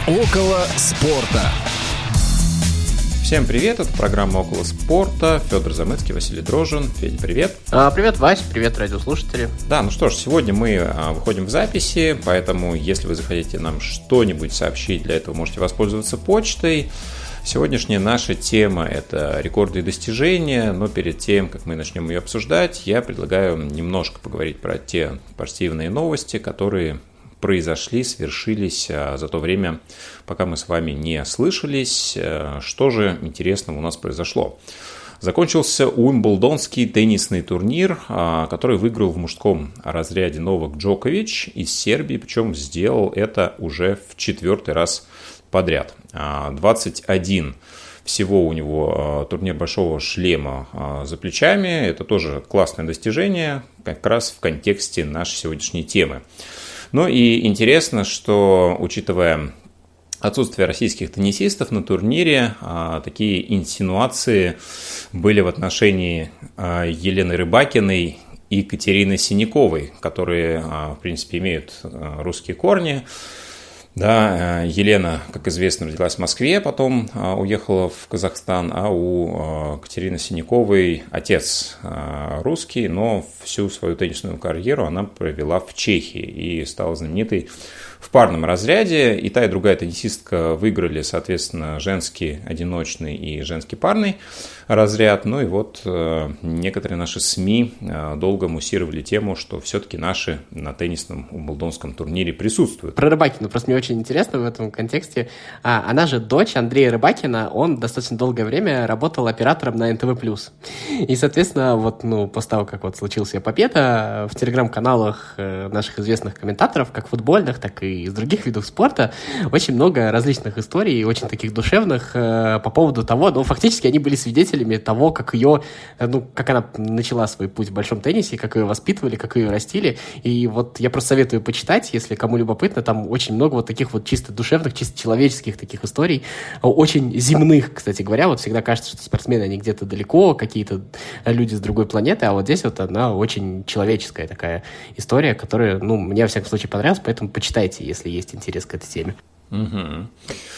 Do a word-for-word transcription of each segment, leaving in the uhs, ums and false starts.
Около спорта. Всем привет, это программа «Около спорта». Федор Замыцкий, Василий Дрожжин. Федя, привет. А, привет, Вась, привет, радиослушатели. Да, ну что ж, сегодня мы а, выходим в записи, поэтому если вы захотите нам что-нибудь сообщить, для этого можете воспользоваться почтой. Сегодняшняя наша тема – это рекорды и достижения, но перед тем, как мы начнем ее обсуждать, я предлагаю немножко поговорить про те спортивные новости, которые произошли, свершились за то время, пока мы с вами не слышались. Что же интересного у нас произошло? Закончился Уимблдонский теннисный турнир, который выиграл в мужском разряде Новак Джокович из Сербии, причем сделал это уже в четвертый раз подряд. двадцать один всего у него турнир большого шлема за плечами. Это тоже классное достижение, как раз в контексте нашей сегодняшней темы. Ну и интересно, что, учитывая отсутствие российских теннисистов на турнире, такие инсинуации были в отношении Елены Рыбакиной и Катерины Синяковой, которые, в принципе, имеют русские корни. Да, Елена, как известно, родилась в Москве, потом уехала в Казахстан, а у Катерины Синяковой отец русский, но всю свою теннисную карьеру она провела в Чехии и стала знаменитой в парном разряде. И та, и другая теннисистка выиграли, соответственно, женский одиночный и женский парный разряд. Ну и вот некоторые наши СМИ долго муссировали тему, что все-таки наши на теннисном Уимблдонском турнире присутствуют. Про Рыбакину просто мне очень интересно в этом контексте. А, она же дочь Андрея Рыбакина, он достаточно долгое время работал оператором на эн тэ вэ плюс. И, соответственно, вот, ну, после того, как вот случился победа, в телеграм-каналах наших известных комментаторов, как футбольных, так и из других видов спорта, очень много различных историй, очень таких душевных, э, по поводу того, ну, фактически они были свидетелями того, как ее, ну, как она начала свой путь в большом теннисе, как ее воспитывали, как ее растили. И вот я просто советую почитать, если кому любопытно, там очень много вот таких вот чисто душевных, чисто человеческих таких историй, очень земных, кстати говоря. Вот всегда кажется, что спортсмены, они где-то далеко, какие-то люди с другой планеты, а вот здесь вот она очень человеческая такая история, которая, ну, мне, во всяком случае, понравилась, поэтому почитайте, если есть интерес к этой теме. Угу.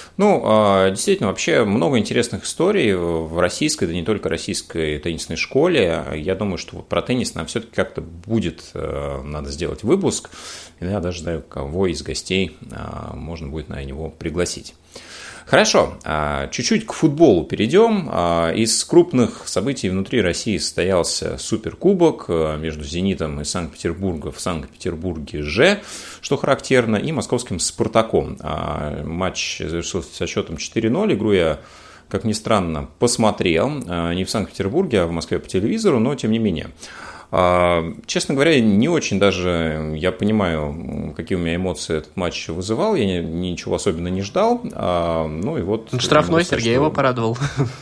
Ну, действительно, вообще много интересных историй в российской, да не только российской теннисной школе. Я думаю, что вот про теннис нам все-таки как-то будет надо сделать выпуск. Я даже знаю, кого из гостей можно будет на него пригласить. Хорошо, чуть-чуть к футболу перейдем. Из крупных событий внутри России состоялся суперкубок между «Зенитом» и Санкт-Петербургом в Санкт-Петербурге же, что характерно, и московским «Спартаком». Матч завершился со счетом четыре ноль. Игру я, как ни странно, посмотрел не в Санкт-Петербурге, а в Москве по телевизору, но тем не менее. Честно говоря, не очень даже я понимаю, какие у меня эмоции этот матч вызывал. Я ничего особенно не ждал. Ну и вот. Штрафной Сергей его порадовал.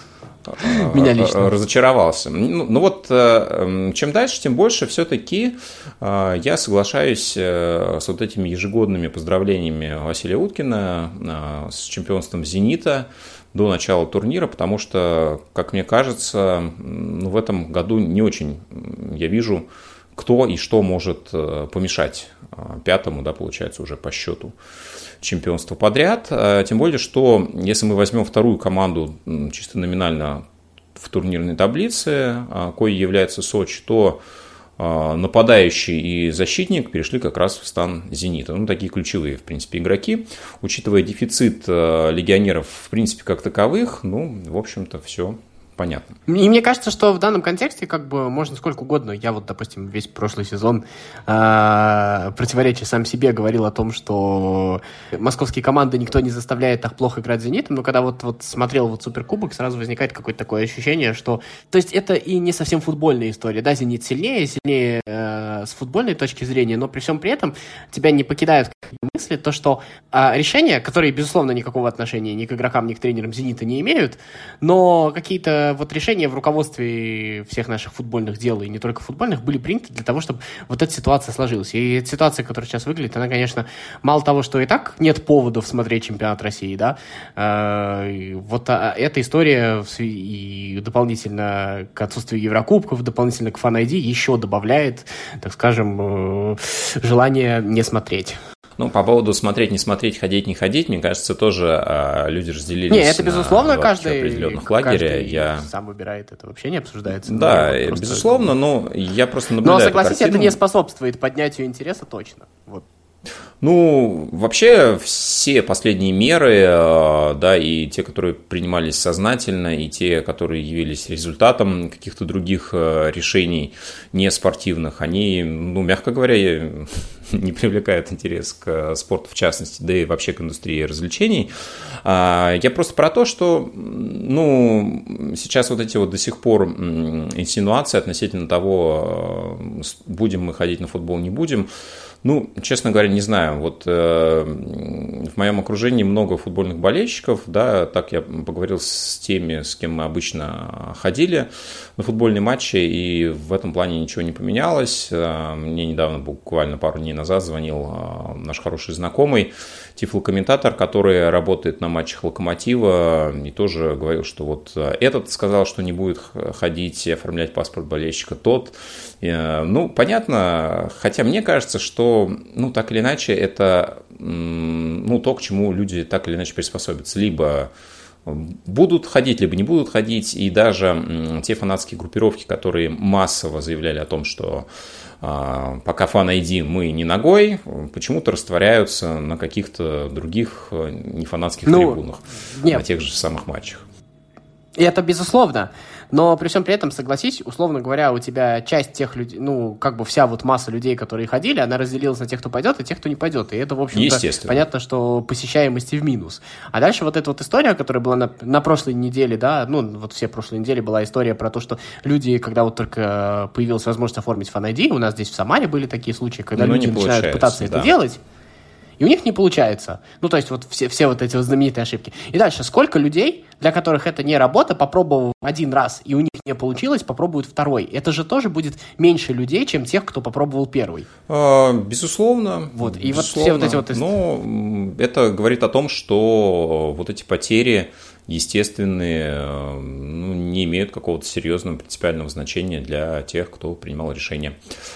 Меня лично. Разочаровался. Ну, ну вот, чем дальше, тем больше все-таки я соглашаюсь с вот этими ежегодными поздравлениями Василия Уткина с чемпионством «Зенита» до начала турнира, потому что, как мне кажется, ну, в этом году не очень я вижу, кто и что может помешать пятому, да, получается, уже по счету чемпионства подряд. Тем более, что если мы возьмем вторую команду чисто номинально в турнирной таблице, коей является Сочи, то нападающий и защитник перешли как раз в стан «Зенита». Ну, такие ключевые, в принципе, игроки. Учитывая дефицит легионеров, в принципе, как таковых, ну, в общем-то, все понятно. И мне кажется, что в данном контексте как бы можно сколько угодно. Я вот, допустим, весь прошлый сезон э, противоречия сам себе говорил о том, что московские команды никто не заставляет так плохо играть с «Зенитом», но когда вот, вот смотрел вот Суперкубок, сразу возникает какое-то такое ощущение, что... То есть это и не совсем футбольная история. Да, «Зенит» сильнее, сильнее э, с футбольной точки зрения, но при всем при этом тебя не покидают мысли, то, что э, решения, которые, безусловно, никакого отношения ни к игрокам, ни к тренерам «Зенита» не имеют, но какие-то вот решения в руководстве всех наших футбольных дел, и не только футбольных, были приняты для того, чтобы вот эта ситуация сложилась. И эта ситуация, которая сейчас выглядит, она, конечно, мало того, что и так нет поводов смотреть чемпионат России, да, э, вот а, эта история и дополнительно к отсутствию Еврокубков, дополнительно к Фан-ай ди еще добавляет, так скажем, э, желание не смотреть. Ну, по поводу смотреть, не смотреть, ходить, не ходить, мне кажется, тоже а, люди разделились. Не, это безусловно, на каждый, определенных лагеря. Я... сам выбирает, это вообще не обсуждается. Да, вот просто... безусловно, но я просто наблюдаю. Но согласись, это не способствует поднятию интереса точно. Вот. Ну, вообще все последние меры, да, и те, которые принимались сознательно, и те, которые явились результатом каких-то других решений не спортивных, они, ну, мягко говоря, не привлекают интерес к спорту в частности, да и вообще к индустрии развлечений. Я просто про то, что, ну, сейчас вот эти вот до сих пор инсинуации относительно того, будем мы ходить на футбол, не будем. Ну, честно говоря, не знаю. Вот э, в моем окружении много футбольных болельщиков, да, так я поговорил с теми, с кем мы обычно ходили на футбольные матчи, и в этом плане ничего не поменялось. Мне недавно, буквально пару дней назад, звонил наш хороший знакомый, тифлокомментатор, который работает на матчах «Локомотива», и тоже говорил, что вот этот сказал, что не будет ходить и оформлять паспорт болельщика, тот. Ну, понятно, хотя мне кажется, что, ну, так или иначе, это, ну, то, к чему люди так или иначе приспособятся. Либо будут ходить, либо не будут ходить, и даже те фанатские группировки, которые массово заявляли о том, что пока Fan ай ди мы не ногой, почему-то растворяются на каких-то других нефанатских ну, трибунах, нет. на тех же самых матчах. И это безусловно. Но при всем при этом, согласись, условно говоря, у тебя часть тех людей, ну, как бы вся вот масса людей, которые ходили, она разделилась на тех, кто пойдет, и тех, кто не пойдет. И это, в общем-то, понятно, что посещаемости в минус. А дальше вот эта вот история, которая была на, на прошлой неделе, да, ну, вот все прошлые недели была история про то, что люди, когда вот только появилась возможность оформить Fan ай ди, у нас здесь в Самаре были такие случаи, когда Но люди начинают пытаться да. это делать, и у них не получается. Ну, то есть, вот все, все вот эти вот знаменитые ошибки. И дальше, сколько людей, для которых это не работа, попробовав один раз, и у них не получилось, попробуют второй. Это же тоже будет меньше людей, чем тех, кто попробовал первый. А, безусловно. Вот. И безусловно. вот все вот эти вот... Но это говорит о том, что вот эти потери естественные, ну, не имеют какого-то серьезного принципиального значения для тех, кто принимал решение.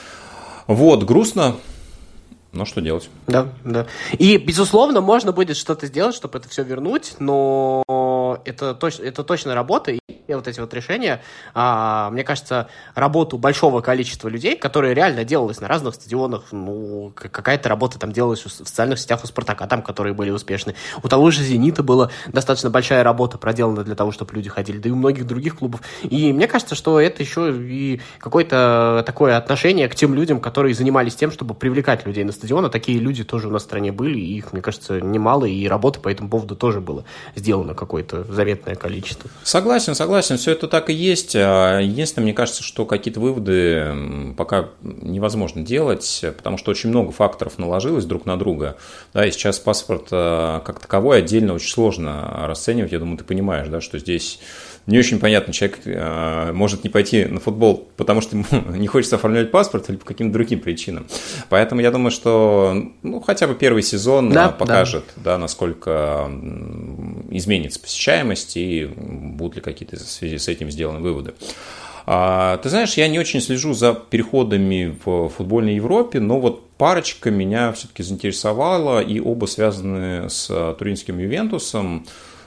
Вот, грустно. Ну, что делать? Да, да. И, безусловно, можно будет что-то сделать, чтобы это все вернуть, но это точно, это точно работа, и вот эти вот решения, а, мне кажется, работу большого количества людей, которые реально делалось на разных стадионах, ну, какая-то работа там делалась в социальных сетях у «Спартака», там, которые были успешны. У того же «Зенита» была достаточно большая работа проделана для того, чтобы люди ходили, да и у многих других клубов. И мне кажется, что это еще и какое-то такое отношение к тем людям, которые занимались тем, чтобы привлекать людей на стадион, а такие люди тоже у нас в стране были, и их, мне кажется, немало, и работы по этому поводу тоже было сделано какое-то заметное количество. Согласен, согласен, все это так и есть. Единственное, мне кажется, что какие-то выводы пока невозможно делать, потому что очень много факторов наложилось друг на друга. Да, и сейчас паспорт как таковой отдельно очень сложно расценивать. Я думаю, ты понимаешь, да, что здесь не очень понятно, человек э, может не пойти на футбол, потому что ему не хочется оформлять паспорт или по каким-то другим причинам. Поэтому я думаю, что ну, хотя бы первый сезон да, покажет, да. Да, насколько изменится посещаемость и будут ли какие-то в связи с этим сделаны выводы. А, ты знаешь, я не очень слежу за переходами в футбольной Европе, но вот парочка меня все-таки заинтересовала, и оба связаны с туринским Ювентусом.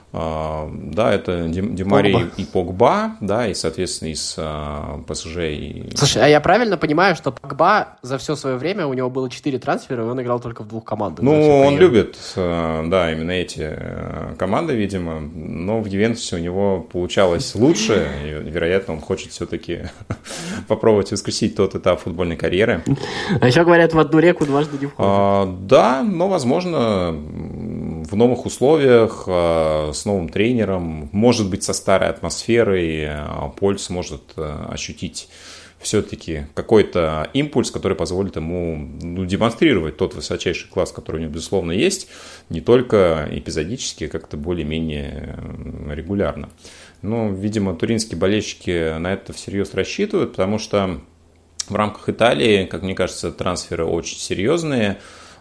Да, это Ди Мария и Погба, да, и, соответственно, из ПСЖ. И... Слушай, а я правильно понимаю, что Погба за все свое время, у него было четыре трансфера, и он играл только в двух командах? Ну, он любит, да, именно эти команды, видимо, но в Ювентусе у него получалось лучше, и, вероятно, он хочет все-таки попробовать воскресить тот этап футбольной карьеры. А еще говорят, в одну реку дважды не входит. А, да, но, возможно, в новых условиях, с новым тренером, может быть, со старой атмосферой, Польс может ощутить все-таки какой-то импульс, который позволит ему ну, демонстрировать тот высочайший класс, который у него, безусловно, есть, не только эпизодически, а как-то более-менее регулярно. Но, видимо, туринские болельщики на это всерьез рассчитывают, потому что в рамках Италии, как мне кажется, трансферы очень серьезные.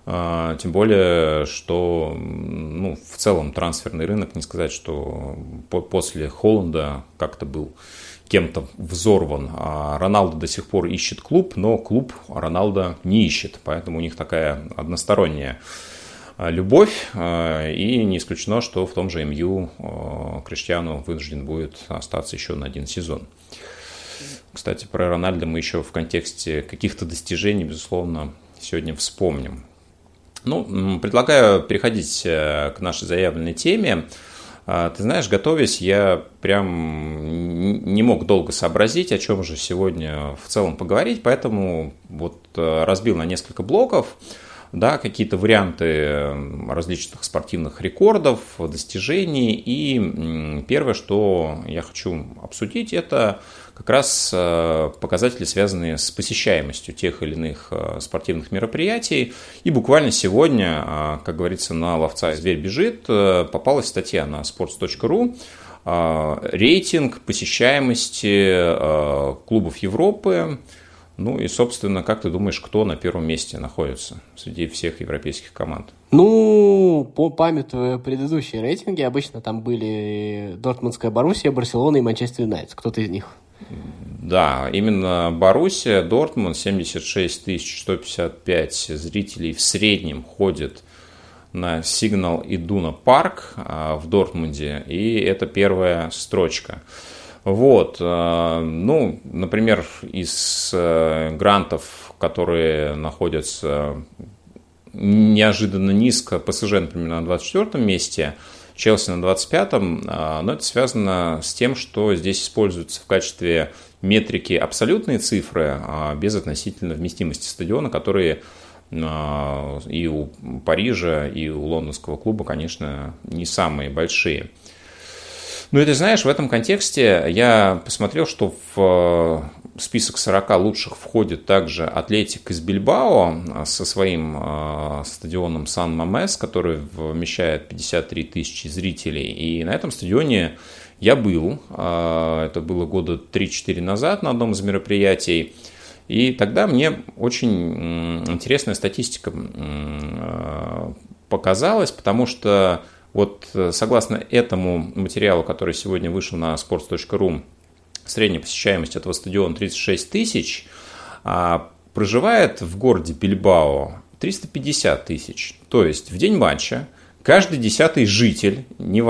Тем более, что ну, в целом трансферный рынок, не сказать, что после Холланда как-то был кем-то взорван. А Роналдо до сих пор ищет клуб, но клуб Роналдо не ищет. Поэтому у них такая односторонняя любовь. И не исключено, что в том же МЮ Криштиану вынужден будет остаться еще на один сезон. Кстати, про Рональдо мы еще в контексте каких-то достижений, безусловно, сегодня вспомним. Ну, предлагаю переходить к нашей заявленной теме. Ты знаешь, готовясь, я прям не мог долго сообразить, о чем же сегодня в целом поговорить, поэтому вот разбил на несколько блоков, да, какие-то варианты различных спортивных рекордов, достижений. И первое, что я хочу обсудить, это как раз показатели, связанные с посещаемостью тех или иных спортивных мероприятий. И буквально сегодня, как говорится, на ловца «Зверь бежит» попалась статья на спортс точка ру. Рейтинг посещаемости клубов Европы. Ну и, собственно, как ты думаешь, кто на первом месте находится среди всех европейских команд? Ну, по памятуя предыдущие рейтинги, обычно там были Дортмундская Боруссия, Барселона и Манчестер Юнайтед. Кто-то из них? Да, именно Боруссия, Дортмунд, семьдесят шесть тысяч сто пятьдесят пять зрителей в среднем ходит на Сигнал Идуна Парк в Дортмунде, и это первая строчка. Вот, ну, например, из грантов, которые находятся неожиданно низко, ПСЖ, например, на двадцать четвёртом месте, Челси на двадцать пятом, но это связано с тем, что здесь используются в качестве метрики абсолютные цифры без относительной вместимости стадиона, которые и у Парижа, и у лондонского клуба, конечно, не самые большие. Ну и ты знаешь, в этом контексте я посмотрел, что в список сорока лучших входит также Атлетик из Бильбао со своим стадионом Сан-Мамес, который вмещает пятьдесят три тысячи зрителей. И на этом стадионе я был, это было года три-четыре назад на одном из мероприятий. И тогда мне очень интересная статистика показалась, потому что вот согласно этому материалу, который сегодня вышел на спортс точка ру, средняя посещаемость этого стадиона тридцать шесть тысяч, а проживает в городе Бильбао триста пятьдесят тысяч. То есть в день матча каждый десятый житель,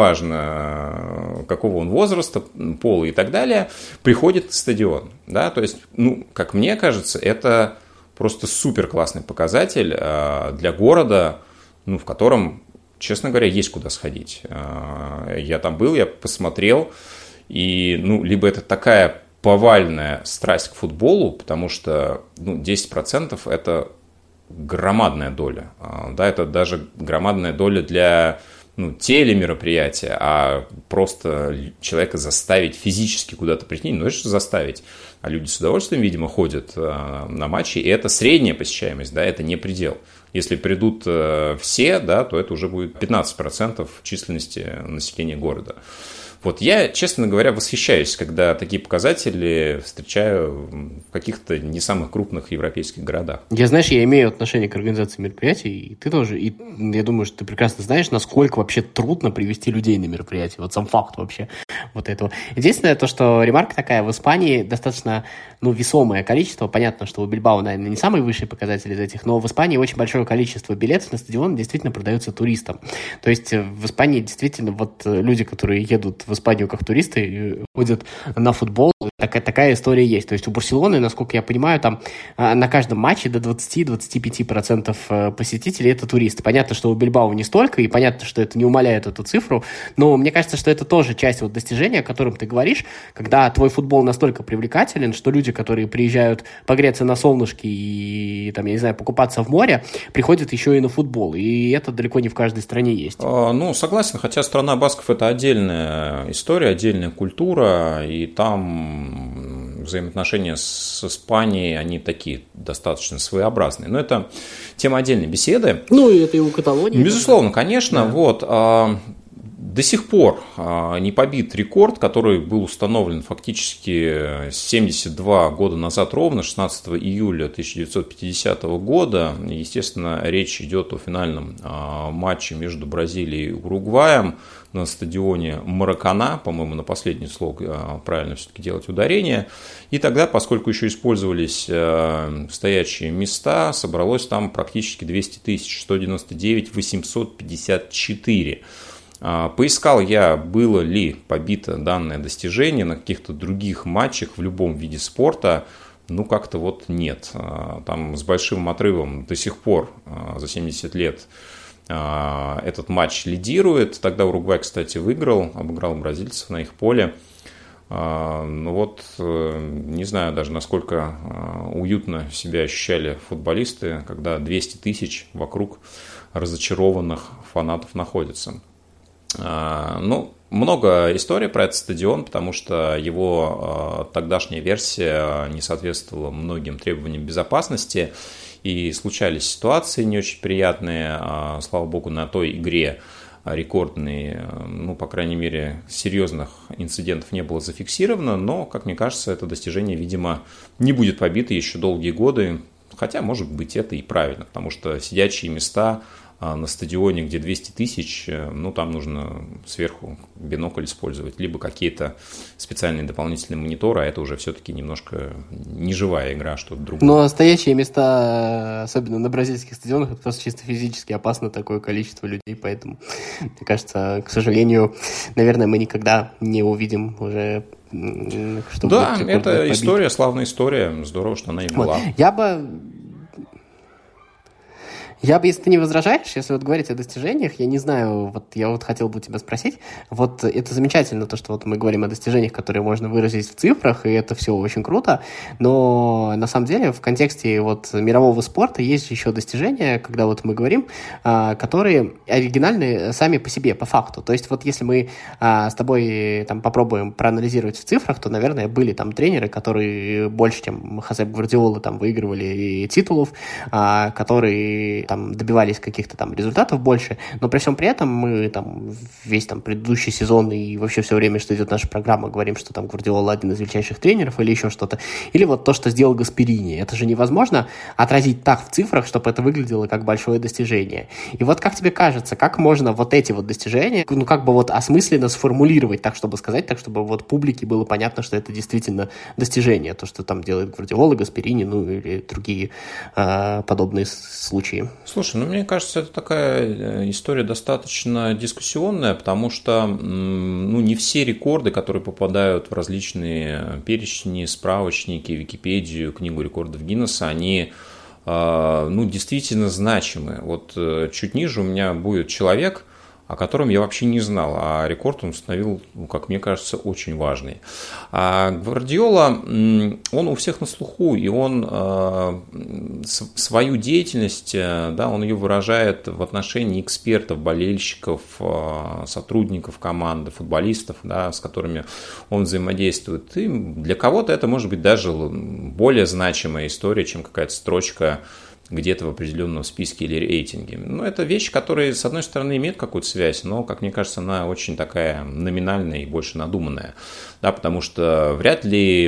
неважно какого он возраста, пола и так далее, приходит в стадион. Да? То есть, ну, как мне кажется, это просто супер классный показатель для города, ну, в котором, честно говоря, есть куда сходить. Я там был, я посмотрел, и, ну, либо это такая повальная страсть к футболу, потому что, ну, десять процентов это громадная доля. Да, это даже громадная доля для, ну, телемероприятия, а просто человека заставить физически куда-то прийти, ну, это же заставить. А люди с удовольствием, видимо, ходят на матчи, и это средняя посещаемость, да, это не предел. Если придут все, да, то это уже будет пятнадцать процентов численности населения города. Вот я, честно говоря, восхищаюсь, когда такие показатели встречаю в каких-то не самых крупных европейских городах. Я, знаешь, я имею отношение к организации мероприятий, и ты тоже. И я думаю, что ты прекрасно знаешь, насколько вообще трудно привести людей на мероприятие. Вот сам факт вообще вот этого. Единственное, то, что ремарка такая, в Испании достаточно, ну, весомое количество. Понятно, что у Бильбао, наверное, не самый высший показатель из этих, но в Испании очень большое количество билетов на стадион действительно продаются туристам. То есть в Испании действительно вот люди, которые едут в Испанию как туристы, ходят на футбол. Такая, такая история есть. То есть у Барселоны, насколько я понимаю, там на каждом матче до двадцать-двадцать пять процентов посетителей это туристы. Понятно, что у Бильбао не столько, и понятно, что это не умаляет эту цифру, но мне кажется, что это тоже часть вот достижения, о котором ты говоришь, когда твой футбол настолько привлекателен, что люди, которые приезжают погреться на солнышке и, там, я не знаю, покупаться в море, приходят еще и на футбол. И это далеко не в каждой стране есть. А, ну, согласен, хотя страна басков – это отдельная история, отдельная культура, и там взаимоотношения с Испанией, они такие достаточно своеобразные. Но это тема отдельной беседы. Ну, и это и у Каталонии. Безусловно, конечно. Да. Вот. До сих пор не побит рекорд, который был установлен фактически семьдесят два года назад ровно, шестнадцатого июля тысяча девятьсот пятидесятого года. Естественно, речь идет о финальном матче между Бразилией и Уругваем на стадионе Маракана, по-моему, на последний слог правильно все-таки делать ударение. И тогда, поскольку еще использовались стоячие места, собралось там практически двести тысяч, сто девяносто девять восемьсот пятьдесят четыре. Поискал я, было ли побито данное достижение на каких-то других матчах в любом виде спорта. Ну, как-то вот нет. Там с большим отрывом до сих пор за семьдесят лет этот матч лидирует. Тогда Уругвай, кстати, выиграл, обыграл бразильцев на их поле. Ну вот, не знаю даже, насколько уютно себя ощущали футболисты, когда двести тысяч вокруг разочарованных фанатов находятся. Ну, много историй про этот стадион, потому что его тогдашняя версия не соответствовала многим требованиям безопасности, и случались ситуации не очень приятные. Слава богу, на той игре рекордные, ну, по крайней мере, серьезных инцидентов не было зафиксировано, но, как мне кажется, это достижение, видимо, не будет побито еще долгие годы, хотя, может быть, это и правильно, потому что сидячие места на стадионе, где двести тысяч, ну, там нужно сверху бинокль использовать, либо какие-то специальные дополнительные мониторы, а это уже все-таки немножко неживая игра, что-то другое. Но стоящие места, особенно на бразильских стадионах, это просто чисто физически опасно такое количество людей, поэтому, мне кажется, к сожалению, наверное, мы никогда не увидим уже... Чтобы да, это история, славная история, здорово, что она и была. Вот. Я бы... Я бы, если ты не возражаешь, если вот говорить о достижениях, я не знаю, вот я вот хотел бы тебя спросить, вот это замечательно, то, что вот мы говорим о достижениях, которые можно выразить в цифрах, и это все очень круто, но на самом деле в контексте вот мирового спорта есть еще достижения, когда вот мы говорим, которые оригинальны сами по себе, по факту. То есть вот если мы с тобой там попробуем проанализировать в цифрах, то, наверное, были там тренеры, которые больше, чем Хосеп Гвардиола, там выигрывали титулов, которые там добивались каких-то там результатов больше, но при всем при этом мы там весь там предыдущий сезон и вообще все время, что идет наша программа, говорим, что там Гвардиола один из величайших тренеров или еще что-то. Или вот то, что сделал Гасперини. Это же невозможно отразить так в цифрах, чтобы это выглядело как большое достижение. И вот как тебе кажется, как можно вот эти вот достижения, ну как бы вот осмысленно сформулировать так, чтобы сказать, так, чтобы вот публике было понятно, что это действительно достижение, то, что там делает Гвардиола, Гасперини, ну или другие э, подобные случаи. Слушай, ну мне кажется, это такая история достаточно дискуссионная, потому что ну, не все рекорды, которые попадают в различные перечни, справочники, Википедию, книгу рекордов Гиннесса, они ну, действительно значимы. Вот чуть ниже у меня будет человек, о котором я вообще не знал, а рекорд он установил, ну, как мне кажется, очень важный. А Гвардиола, он у всех на слуху, и он э, свою деятельность, да, он ее выражает в отношении экспертов, болельщиков, э, сотрудников команды, футболистов, да, с которыми он взаимодействует. И для кого-то это может быть даже более значимая история, чем какая-то строчка где-то в определенном списке или рейтинге. Ну, это вещь, которая, с одной стороны, имеет какую-то связь, но, как мне кажется, она очень такая номинальная и больше надуманная. Да, потому что вряд ли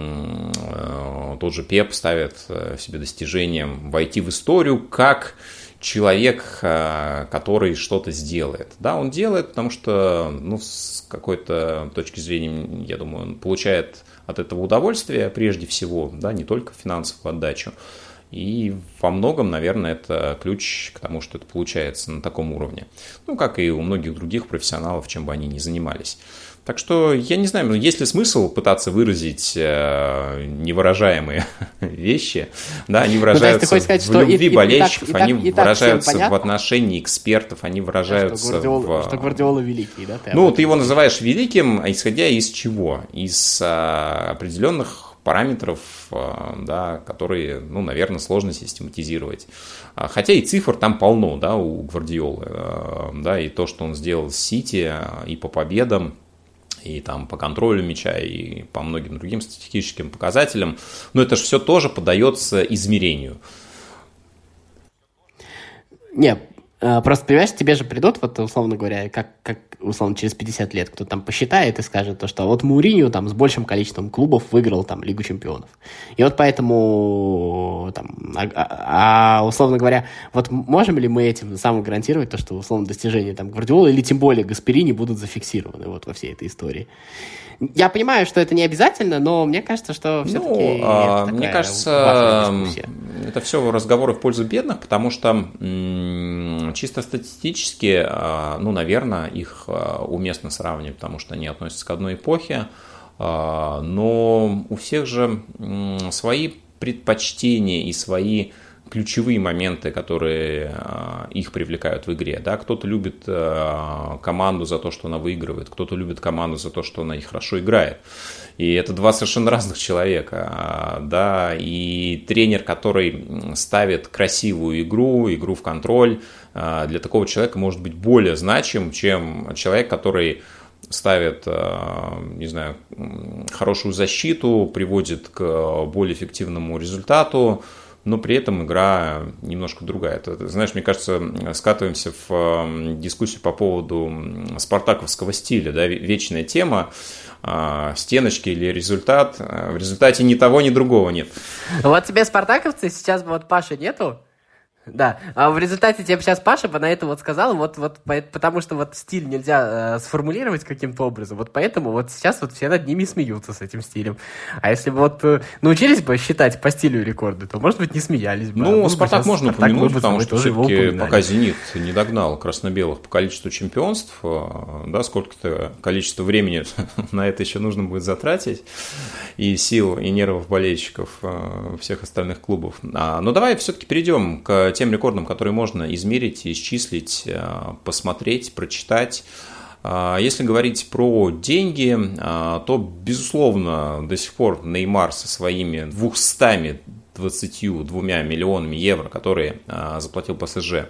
э, тот же Пеп ставит себе достижением войти в историю как человек, э, который что-то сделает. Да, он делает, потому что, ну, с какой-то точки зрения, я думаю, он получает от этого удовольствие прежде всего, да, не только финансовую отдачу. И во многом, наверное, это ключ к тому, что это получается на таком уровне. Ну, как и у многих других профессионалов, чем бы они ни занимались. Так что, я не знаю, есть ли смысл пытаться выразить э, невыражаемые вещи. Да, они выражаются ну, сказать, в любви и, болельщиков, и так, и они и так, выражаются в отношении экспертов, они выражаются что Гвардиола, в... Что Гвардиола великий, да? Ты ну, ты его называешь великим, исходя из чего? Из а, определенных параметров, да, которые, ну, наверное, сложно систематизировать. Хотя и цифр там полно, да, у Гвардиолы, да, и то, что он сделал с Сити, и по победам, и там по контролю мяча, и по многим другим статистическим показателям, но это же все тоже поддается измерению. Нет. Просто, понимаешь, тебе же придут, вот, условно говоря, как, как условно, через пятьдесят лет кто-то там посчитает и скажет, то, что вот Мауриньо там с большим количеством клубов выиграл там Лигу чемпионов. И вот поэтому, там, а, а, а условно говоря, вот можем ли мы этим самым гарантировать то, что, условно, достижения там Гвардиолы или тем более Гасперини будут зафиксированы вот во всей этой истории? Я понимаю, что это не обязательно, но мне кажется, что все-таки... Ну, а, мне кажется, это все разговоры в пользу бедных, потому что м- чисто статистически, ну, наверное, их уместно сравнивать, потому что они относятся к одной эпохе, но у всех же свои предпочтения и свои ключевые моменты, которые э, их привлекают в игре. Да? Кто-то любит э, команду за то, что она выигрывает, кто-то любит команду за то, что она и хорошо играет. И это два совершенно разных человека. Да? И тренер, который ставит красивую игру, игру в контроль, э, для такого человека может быть более значим, чем человек, который ставит, не знаю, хорошую защиту, приводит к более эффективному результату, но при этом игра немножко другая. Это, знаешь, мне кажется, скатываемся в дискуссию по поводу спартаковского стиля, да, вечная тема, стеночки или результат. В результате ни того, ни другого нет. Вот тебе спартаковцы, сейчас вот Паши нету. Да, а в результате тебе сейчас Паша на это вот сказал, вот, вот потому что вот стиль нельзя э, сформулировать каким-то образом, вот поэтому вот сейчас вот все над ними смеются с этим стилем. А если бы вот э, научились бы считать по стилю рекорды, то, может быть, не смеялись бы. Ну, а Спартак можно Спартак упомянуть, потому что все-таки пока Зенит не догнал красно-белых по количеству чемпионств, да, сколько-то количество времени на это еще нужно будет затратить, и сил, и нервов болельщиков всех остальных клубов. Но давай все-таки перейдем к тем рекордам, которые можно измерить, исчислить, посмотреть, прочитать. Если говорить про деньги, то, безусловно, до сих пор Неймар со своими двумястами двадцатью двумя миллионами евро, которые заплатил ПСЖ,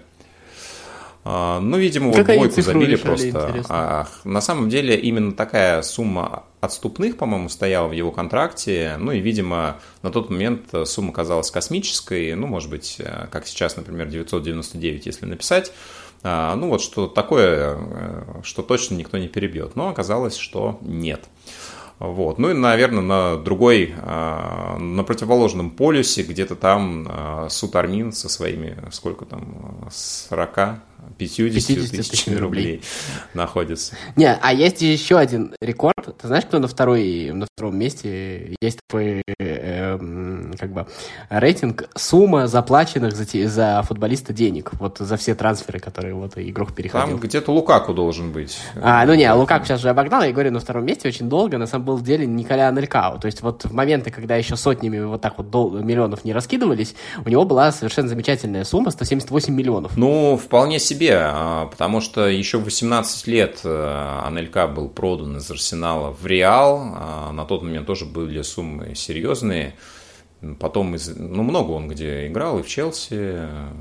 ну, видимо, вот двойку забили просто. А, на самом деле, именно такая сумма отступных, по-моему, стояла в его контракте. Ну, и, видимо, на тот момент сумма казалась космической. Ну, может быть, как сейчас, например, девятьсот девяносто девять, если написать. Ну, вот что такое, что точно никто не перебьет. Но оказалось, что нет. Вот. Ну и, наверное, на другой, на противоположном полюсе, где-то там Сутармин со своими, сколько там, сорока, пятьдесят тысячами рублей находится. Не, а есть еще один рекорд. Ты знаешь, кто на, второй, на втором месте? Есть такой э, как бы рейтинг сумма заплаченных за, за футболиста денег. Вот за все трансферы, которые вот игрок переходил. Там где-то Лукаку должен быть. А, ну не, Лукаку сейчас же обогнал. Я говорю, на втором месте очень долго. На самом деле Николя Анелькао. То есть вот в моменты, когда еще сотнями вот так вот дол- миллионов не раскидывались, у него была совершенно замечательная сумма, сто семьдесят восемь миллионов. Ну, вполне себе. Потому что еще в восемнадцать лет Анелька был продан из Арсенала в Реал. На тот момент тоже были суммы серьезные. Потом, из, ну, много он где играл, и в Челси,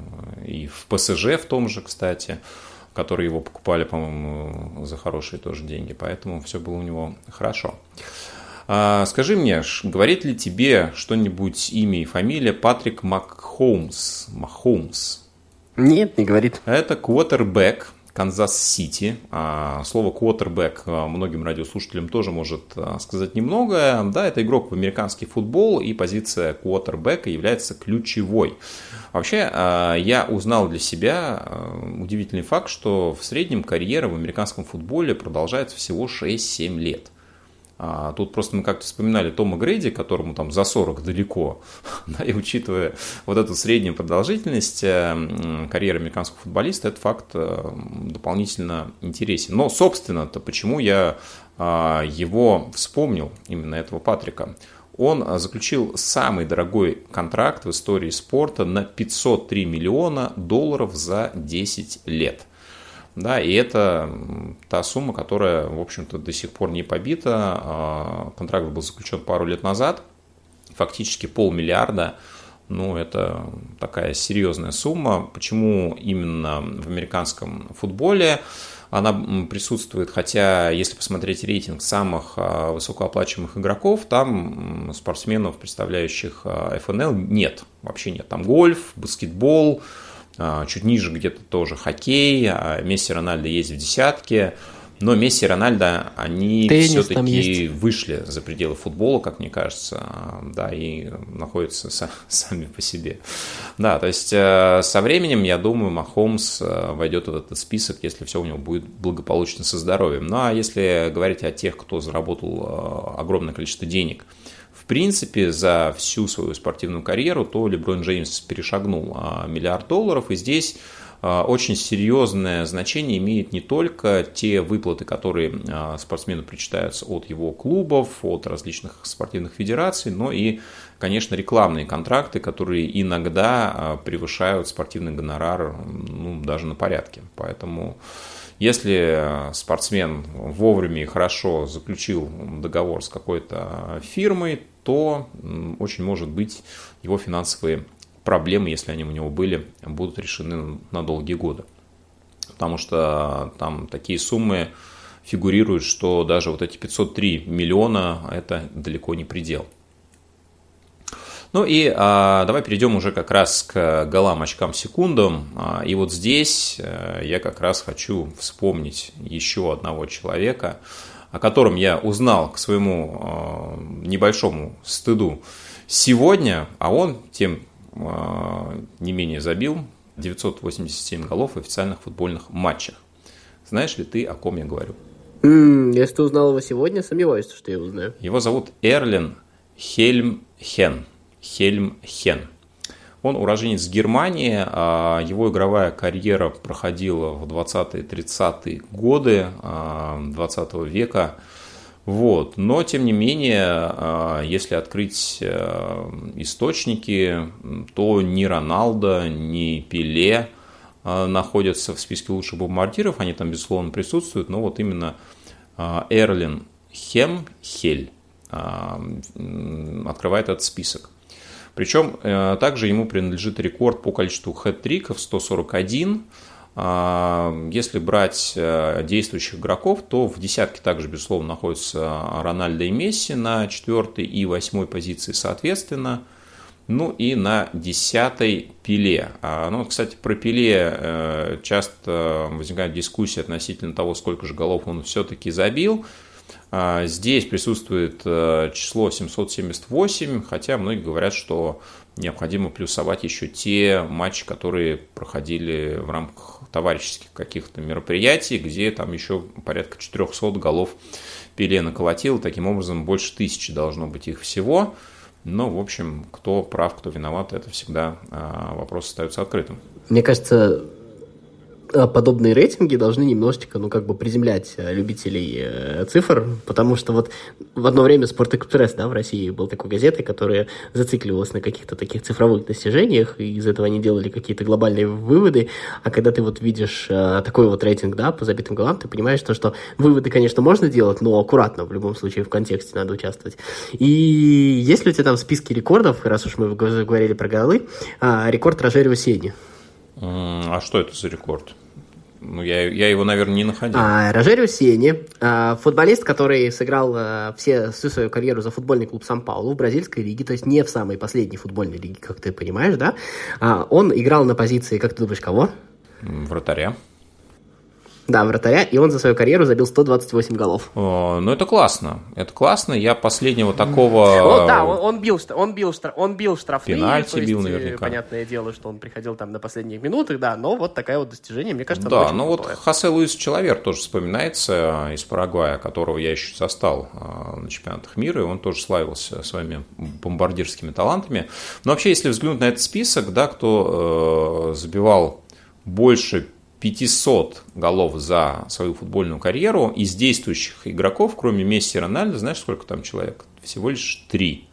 и в ПСЖ в том же, кстати, которые его покупали, по-моему, за хорошие тоже деньги. Поэтому все было у него хорошо. Скажи мне, говорит ли тебе что-нибудь имя и фамилия Патрик Макхоумс? Махоумс. Нет, не говорит. Это квотербэк Канзас-Сити. Слово квотербэк многим радиослушателям тоже может сказать немного. Да, это игрок в американский футбол, и позиция квотербэка является ключевой. Вообще, я узнал для себя удивительный факт, что в среднем карьера в американском футболе продолжается всего шесть-семь лет. Тут просто мы как-то вспоминали Тома Грейди, которому там за сорок далеко, да, и учитывая вот эту среднюю продолжительность карьеры американского футболиста, этот факт дополнительно интересен. Но, собственно-то, почему я его вспомнил, именно этого Патрика? Он заключил самый дорогой контракт в истории спорта на пятьсот три миллиона долларов за десять лет. Да, и это та сумма, которая, в общем-то, до сих пор не побита. Контракт был заключен пару лет назад. Фактически полмиллиарда. Ну, это такая серьезная сумма. Почему именно в американском футболе она присутствует? Хотя, если посмотреть рейтинг самых высокооплачиваемых игроков, там спортсменов, представляющих эф эн эл, нет. Вообще нет. Там гольф, баскетбол, Чуть ниже где-то тоже хоккей, Месси и Рональдо есть в десятке. Но Месси и Рональдо, они Теннис все-таки вышли за пределы футбола, как мне кажется, да, и находятся сами по себе. Да, то есть со временем, я думаю, Махомс войдет в этот список, если все у него будет благополучно со здоровьем. Ну, а если говорить о тех, кто заработал огромное количество денег, в принципе, за всю свою спортивную карьеру, то Леброн Джеймс перешагнул миллиард долларов, и здесь очень серьезное значение имеют не только те выплаты, которые спортсмену причитаются от его клубов, от различных спортивных федераций, но и, конечно, рекламные контракты, которые иногда превышают спортивный гонорар, ну, даже на порядке. Поэтому, если спортсмен вовремя и хорошо заключил договор с какой-то фирмой, то очень может быть его финансовые проблемы, если они у него были, будут решены на долгие годы. Потому что там такие суммы фигурируют, что даже вот эти пятьсот три миллиона – это далеко не предел. Ну и а, давай перейдем уже как раз к голам, очкам, секундам. А, и вот здесь а, я как раз хочу вспомнить еще одного человека, о котором я узнал к своему а, небольшому стыду сегодня, а он тем не менее забил девятьсот восемьдесят семь голов в официальных футбольных матчах. Знаешь ли ты, о ком я говорю? Mm, если ты узнал его сегодня, сомневаюсь, что я его знаю. Его зовут Эрлин Хельмхен. Хельмхен. Он уроженец Германии. Его игровая карьера проходила в двадцатые-тридцатые годы двадцатого века. Вот. Но, тем не менее, если открыть источники, то ни Роналдо, ни Пеле находятся в списке лучших бомбардиров, они там, безусловно, присутствуют, но вот именно Эрлин Хельмхен открывает этот список. Причем также ему принадлежит рекорд по количеству хэт-триков сто сорок один. Если брать действующих игроков, то в десятке также, безусловно, находятся Рональдо и Месси на четвертой и восьмой позиции соответственно. Ну и на десятой Пеле. Ну, кстати, про Пеле часто возникает дискуссия относительно того, сколько же голов он все-таки забил. Здесь присутствует число семьсот семьдесят восемь, хотя многие говорят, что необходимо плюсовать еще те матчи, которые проходили в рамках товарищеских каких-то мероприятий, где там еще порядка четырехсот голов Пеле наколотил. Таким образом, больше тысячи должно быть их всего. Но, в общем, кто прав, кто виноват, это всегда вопрос остается открытым. Мне кажется, подобные рейтинги должны немножечко, ну, как бы приземлять любителей э, цифр, потому что вот в одно время «Спортэкспресс», да, в России был такой газетой, которая зацикливалась на каких-то таких цифровых достижениях, и из этого они делали какие-то глобальные выводы, а когда ты вот видишь э, такой вот рейтинг, да, по забитым голам, ты понимаешь, то, что выводы, конечно, можно делать, но аккуратно, в любом случае, в контексте надо участвовать. И есть ли у тебя там списки рекордов, раз уж мы говорили про голы, э, рекорд Рожерио Сенни? А что это за рекорд? Ну, я, я его, наверное, не находил. А, Рожерио Сенни, а, футболист, который сыграл а, все, всю свою карьеру за футбольный клуб Сан-Паулу в бразильской лиге, то есть не в самой последней футбольной лиге, как ты понимаешь, да? А, он играл на позиции, как ты думаешь, кого? Вратаря. Да, вратаря, и он за свою карьеру забил сто двадцать восемь голов. О, ну, это классно. Это классно. Я последнего такого... О, да, он, он, бил, он, бил, он бил штрафные. Пенальти есть, бил наверняка. Понятное дело, что он приходил там на последних минутах, да, но вот такое вот достижение, мне кажется, да, ну вот Хосе Луис Человер тоже вспоминается из Парагвая, которого я еще застал на чемпионатах мира, и он тоже славился своими бомбардирскими талантами. Но вообще, если взглянуть на этот список, да, кто э, забивал больше пятьсот голов за свою футбольную карьеру, из действующих игроков, кроме Месси и Рональдо, знаешь, сколько там человек? Всего лишь три.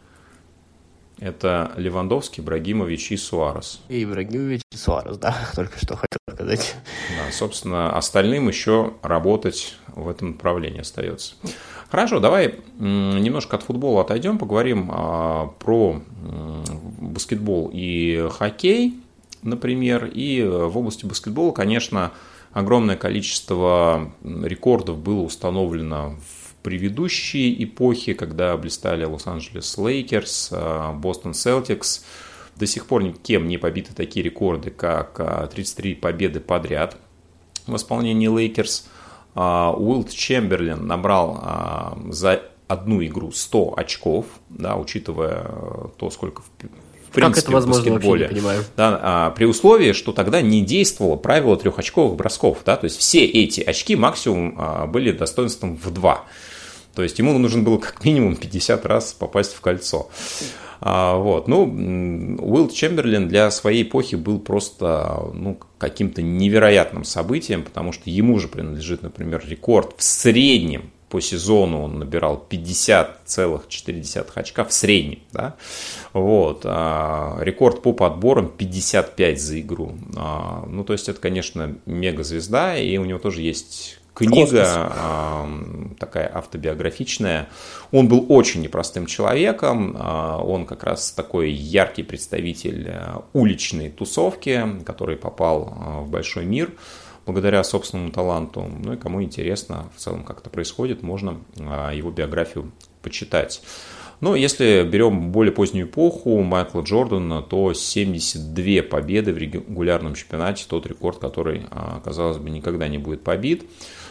Это Левандовский, Ибрагимович и Суарес. И Ибрагимович и Суарес, да, только что хотел сказать. Да, собственно, остальным еще работать в этом направлении остается. Хорошо, давай немножко от футбола отойдем, поговорим про баскетбол и хоккей. Например, и в области баскетбола, конечно, огромное количество рекордов было установлено в предыдущие эпохи, когда блистали Лос-Анджелес Лейкерс, Бостон Селтикс. До сих пор никем не побиты такие рекорды, как тридцать три победы подряд в исполнении Лейкерс. Уилт Чемберлен набрал за одну игру сто очков, да, учитывая то, сколько в, в принципе как это возможно, в баскетболе. Вообще не понимаю. Да, при условии, что тогда не действовало правило трехочковых бросков. Да, то есть все эти очки максимум были достоинством в два. То есть ему нужно было как минимум пятьдесят раз попасть в кольцо. А, вот. Ну, Уилт Чемберлен для своей эпохи был просто ну, каким-то невероятным событием, потому что ему же принадлежит, например, рекорд в среднем по сезону он набирал пятьдесят целых четыре десятых очка в среднем. Да? Вот. А, рекорд по подборам пятьдесят пять за игру. А, ну, то есть это, конечно, мегазвезда, и у него тоже есть... Книга э, такая автобиографичная. Он был очень непростым человеком. Э, он как раз такой яркий представитель э, уличной тусовки, который попал э, в большой мир благодаря собственному таланту. Ну и кому интересно в целом, как это происходит, можно э, его биографию почитать. Но если берем более позднюю эпоху Майкла Джордана, то семьдесят две победы в регулярном чемпионате, тот рекорд, который, казалось бы, никогда не будет побит.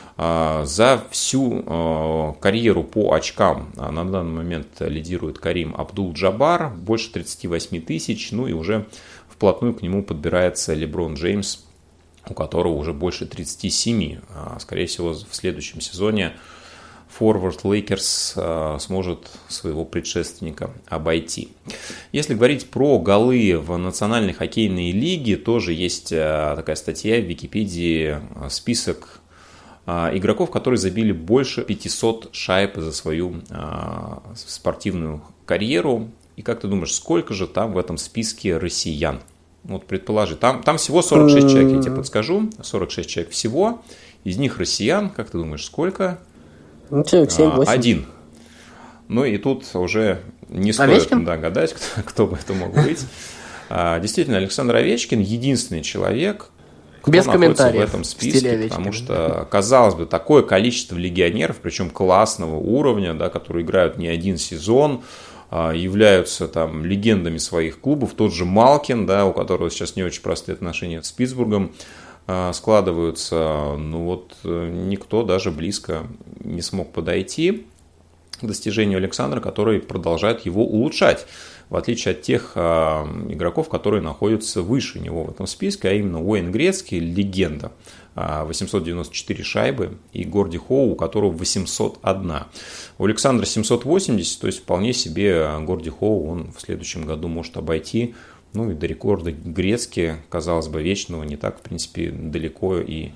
За всю карьеру по очкам на данный момент лидирует Карим Абдул-Джаббар, больше тридцать восемь тысяч, ну и уже вплотную к нему подбирается Леброн Джеймс, у которого уже больше тридцать семь. Скорее всего, в следующем сезоне форвард Лейкерс сможет своего предшественника обойти. Если говорить про голы в национальной хоккейной лиге, тоже есть такая статья в Википедии, список игроков, которые забили больше пятисот шайб за свою спортивную карьеру. И как ты думаешь, сколько же там в этом списке россиян? Вот предположи, там, там всего сорок шесть человек, я тебе подскажу, сорок шесть человек всего, из них россиян, как ты думаешь, сколько? Ну, человек семь-восемь. Один. Ну и тут уже не стоит да, гадать, кто, кто бы это мог быть. Действительно, Александр Овечкин единственный человек, кто без находится в этом списке, потому что, казалось бы, такое количество легионеров, причем классного уровня, да, которые играют не один сезон, являются там легендами своих клубов. Тот же Малкин, да, у которого сейчас не очень простые отношения с Питтсбургом складываются, ну вот никто даже близко не смог подойти к достижению Александра, который продолжает его улучшать, в отличие от тех а, игроков, которые находятся выше него в этом списке, а именно Уэйн Грецкий, легенда, а, восемьсот девяносто четыре шайбы, и Горди Хоу, у которого восемьсот одна. У Александра семьсот восемьдесят, то есть вполне себе Горди Хоу он в следующем году может обойти. Ну и до рекорда Грецки, казалось бы, вечного, не так, в принципе, далеко и...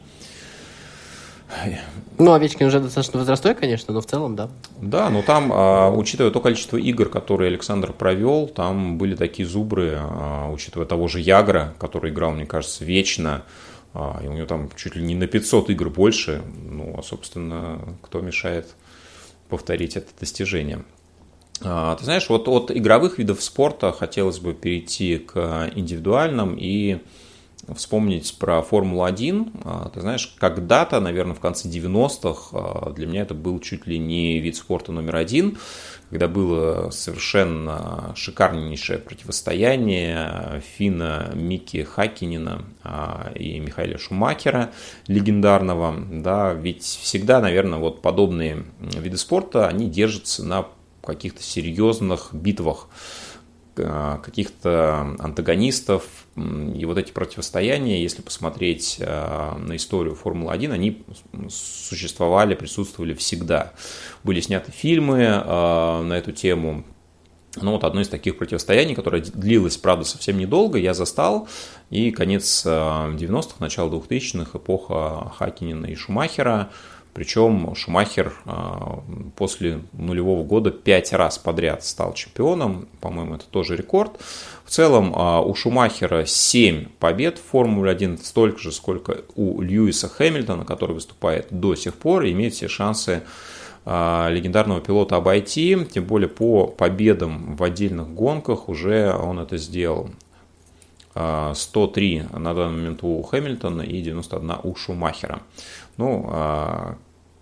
Ну, Овечкин уже достаточно возрастой, конечно, но в целом, да. Да, но там, учитывая то количество игр, которые Александр провел, там были такие зубры, учитывая того же Ягра, который играл, мне кажется, вечно, и у него там чуть ли не на пятьсот игр больше, ну, а, собственно, кто мешает повторить это достижение. Ты знаешь, вот от игровых видов спорта хотелось бы перейти к индивидуальным и вспомнить про Формулу один. Ты знаешь, когда-то, наверное, в конце девяностых для меня это был чуть ли не вид спорта номер один, когда было совершенно шикарнейшее противостояние Фина Микки Хаккинена и Михаэля Шумахера, легендарного. Да, ведь всегда, наверное, вот подобные виды спорта, они держатся на каких-то серьезных битвах, каких-то антагонистов. И вот эти противостояния, если посмотреть на историю Формулы один, они существовали, присутствовали всегда. Были сняты фильмы на эту тему. Ну, вот одно из таких противостояний, которое длилось, правда, совсем недолго, я застал. И конец девяностых, начало двухтысячных, эпоха Хаккинена и Шумахера. Причем Шумахер после нулевого года пять раз подряд стал чемпионом. По-моему, это тоже рекорд. В целом у Шумахера семь побед в Формуле один, столько же, сколько у Льюиса Хэмилтона, который выступает до сих пор и имеет все шансы легендарного пилота обойти. Тем более по победам в отдельных гонках уже он это сделал. сто три на данный момент у Хэмилтона и девяносто один у Шумахера. Ну,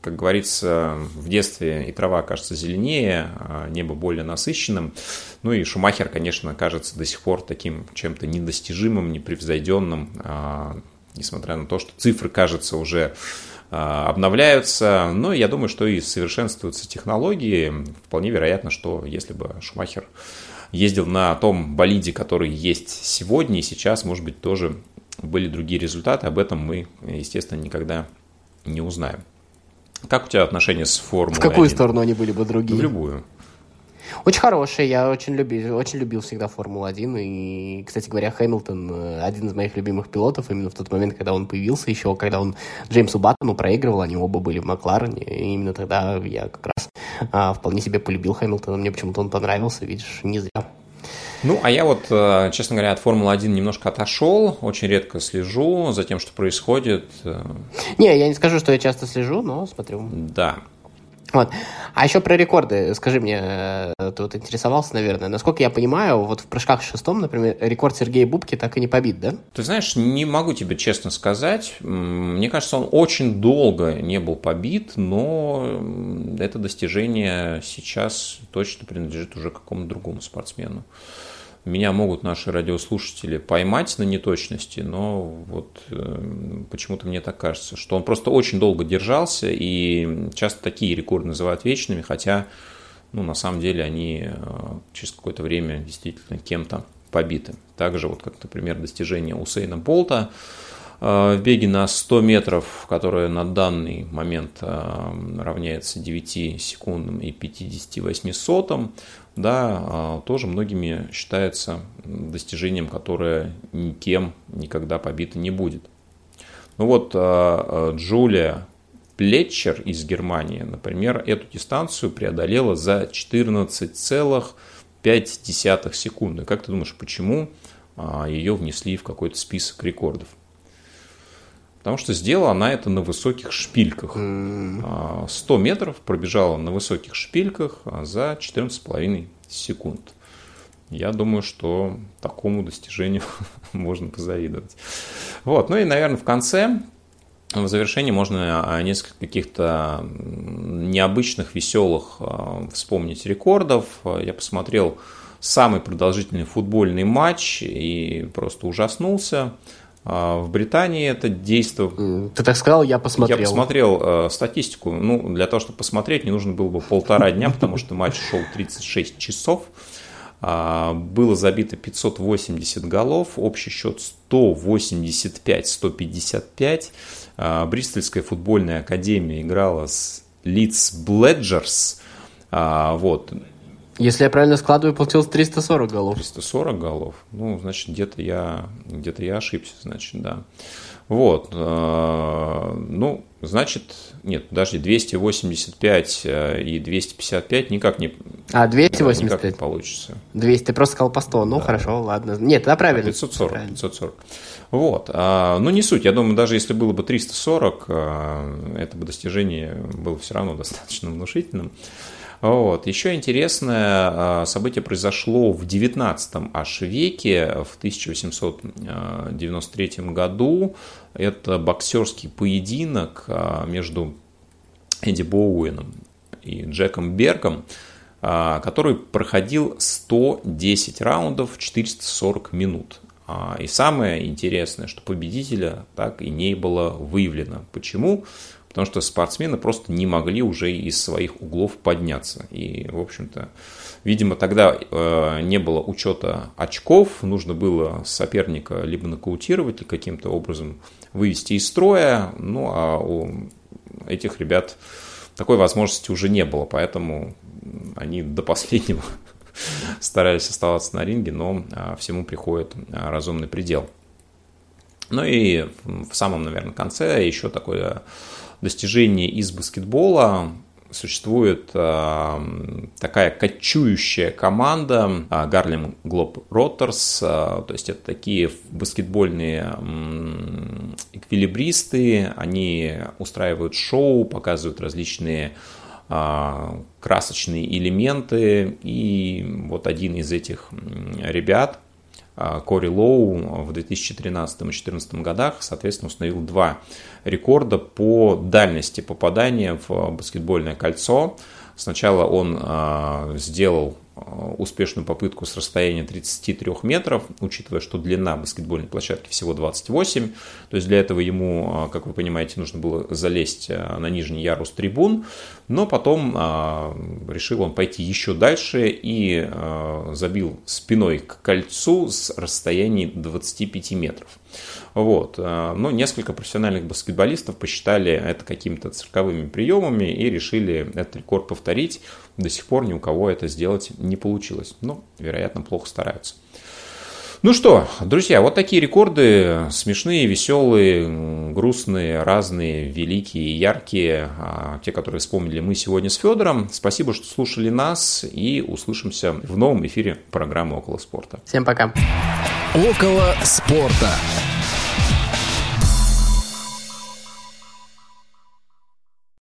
как говорится, в детстве и трава кажется зеленее, а небо более насыщенным. Ну и Шумахер, конечно, кажется до сих пор таким чем-то недостижимым, непревзойденным, несмотря на то, что цифры, кажется, уже обновляются. Но я думаю, что и совершенствуются технологии. Вполне вероятно, что если бы Шумахер ездил на том болиде, который есть сегодня и сейчас, может быть, тоже были другие результаты. Об этом мы, естественно, никогда не узнаем. Как у тебя отношения с Формулой один? В какую один? Сторону они были бы другие? В любую. Очень хорошие, я очень любил, очень любил всегда Формулу один, и, кстати говоря, Хэмилтон один из моих любимых пилотов именно в тот момент, когда он появился, еще когда он Джеймсу Баттону проигрывал, они оба были в Макларене, и именно тогда я как раз а, вполне себе полюбил Хэмилтона, мне почему-то он понравился, видишь, не зря. Ну, а я вот, честно говоря, от Формулы один немножко отошел, очень редко слежу за тем, что происходит. Не, я не скажу, что я часто слежу, но смотрю. Да. Вот. А еще про рекорды. Скажи мне, ты вот интересовался, наверное. Насколько я понимаю, вот в прыжках шестом, например, рекорд Сергея Бубки так и не побит, да? Ты знаешь, не могу тебе честно сказать. Мне кажется, он очень долго не был побит, но это достижение сейчас точно принадлежит уже какому-то другому спортсмену. Меня могут наши радиослушатели поймать на неточности, но вот э, почему-то мне так кажется, что он просто очень долго держался, и часто такие рекорды называют вечными, хотя ну, на самом деле они э, через какое-то время действительно кем-то побиты. Также, вот, как, например, достижение Усейна Болта э, в беге на сто метров, которое на данный момент э, равняется девяти секундам и пятидесяти восьми сотым, да, тоже многими считается достижением, которое никем никогда побито не будет. Ну вот Джулия Плетчер из Германии, например, эту дистанцию преодолела за четырнадцать целых пять десятых секунды. Как ты думаешь, почему ее внесли в какой-то список рекордов? Потому что сделала она это на высоких шпильках. сто метров пробежала на высоких шпильках за четырнадцать с половиной секунд. Я думаю, что такому достижению можно позавидовать. Вот. Ну и, наверное, в конце, в завершении можно несколько каких-то необычных, веселых вспомнить рекордов. Я посмотрел самый продолжительный футбольный матч и просто ужаснулся. В Британии это действие... Ты так сказал, я посмотрел. Я посмотрел э, статистику. Ну, для того, чтобы посмотреть, не нужно было бы полтора дня, потому что матч шел тридцать шесть часов. А, было забито пятьсот восемьдесят голов, общий счет сто восемьдесят пять - сто пятьдесят пять. А, Бристольская футбольная академия играла с Лидс Бледжерс. А, вот. Если я правильно складываю, получилось триста сорок голов. триста сорок голов. Ну, значит, где-то я, где-то я ошибся, значит, да. Вот. Ну, значит, нет, подожди, двести восемьдесят пять и двести пятьдесят пять никак не... А, двести восемьдесят пять? Никак не получится. двести, ты просто сказал по сто, ну, да. Хорошо, ладно. Нет, да, правильно. пятьсот сорок, пятьсот сорок. Вот. Ну, не суть. Я думаю, даже если было бы триста сорок, это бы достижение было все равно достаточно внушительным. Вот. Еще интересное событие произошло в девятнадцатом аж веке, в тысяча восемьсот девяносто третьем году. Это боксерский поединок между Эдди Боуэном и Джеком Бергом, который проходил сто десять раундов, четыреста сорок минут. И самое интересное, что победителя так и не было выявлено. Почему? Потому что спортсмены просто не могли уже из своих углов подняться. И, в общем-то, видимо, тогда не было учета очков. Нужно было соперника либо нокаутировать, или каким-то образом вывести из строя. Ну, а у этих ребят такой возможности уже не было. Поэтому они до последнего старались оставаться на ринге, но всему приходит разумный предел. Ну и в самом, наверное, конце еще такое достижение из баскетбола. Существует э, такая кочующая команда Гарлем Глоброттерс, э, то есть это такие баскетбольные э, эквилибристы, они устраивают шоу, показывают различные э, красочные элементы, и вот один из этих ребят, Кори Лоу в две тысячи тринадцатом и две тысячи четырнадцатом годах, соответственно, установил два рекорда по дальности попадания в баскетбольное кольцо. Сначала он сделал успешную попытку с расстояния тридцати трёх метров, учитывая, что длина баскетбольной площадки всего двадцать восемь. То есть для этого ему, как вы понимаете, нужно было залезть на нижний ярус трибун. Но потом решил он пойти еще дальше и забил спиной к кольцу с расстояния двадцати пяти метров. Вот. Но несколько профессиональных баскетболистов посчитали это какими-то цирковыми приемами и решили этот рекорд повторить. До сих пор ни у кого это сделать не получилось. Но, вероятно, плохо стараются. Ну что, друзья, вот такие рекорды. Смешные, веселые, грустные, разные, великие и яркие. Те, которые вспомнили мы сегодня с Федором. Спасибо, что слушали нас. И услышимся в новом эфире программы «Около спорта». Всем пока. Около спорта.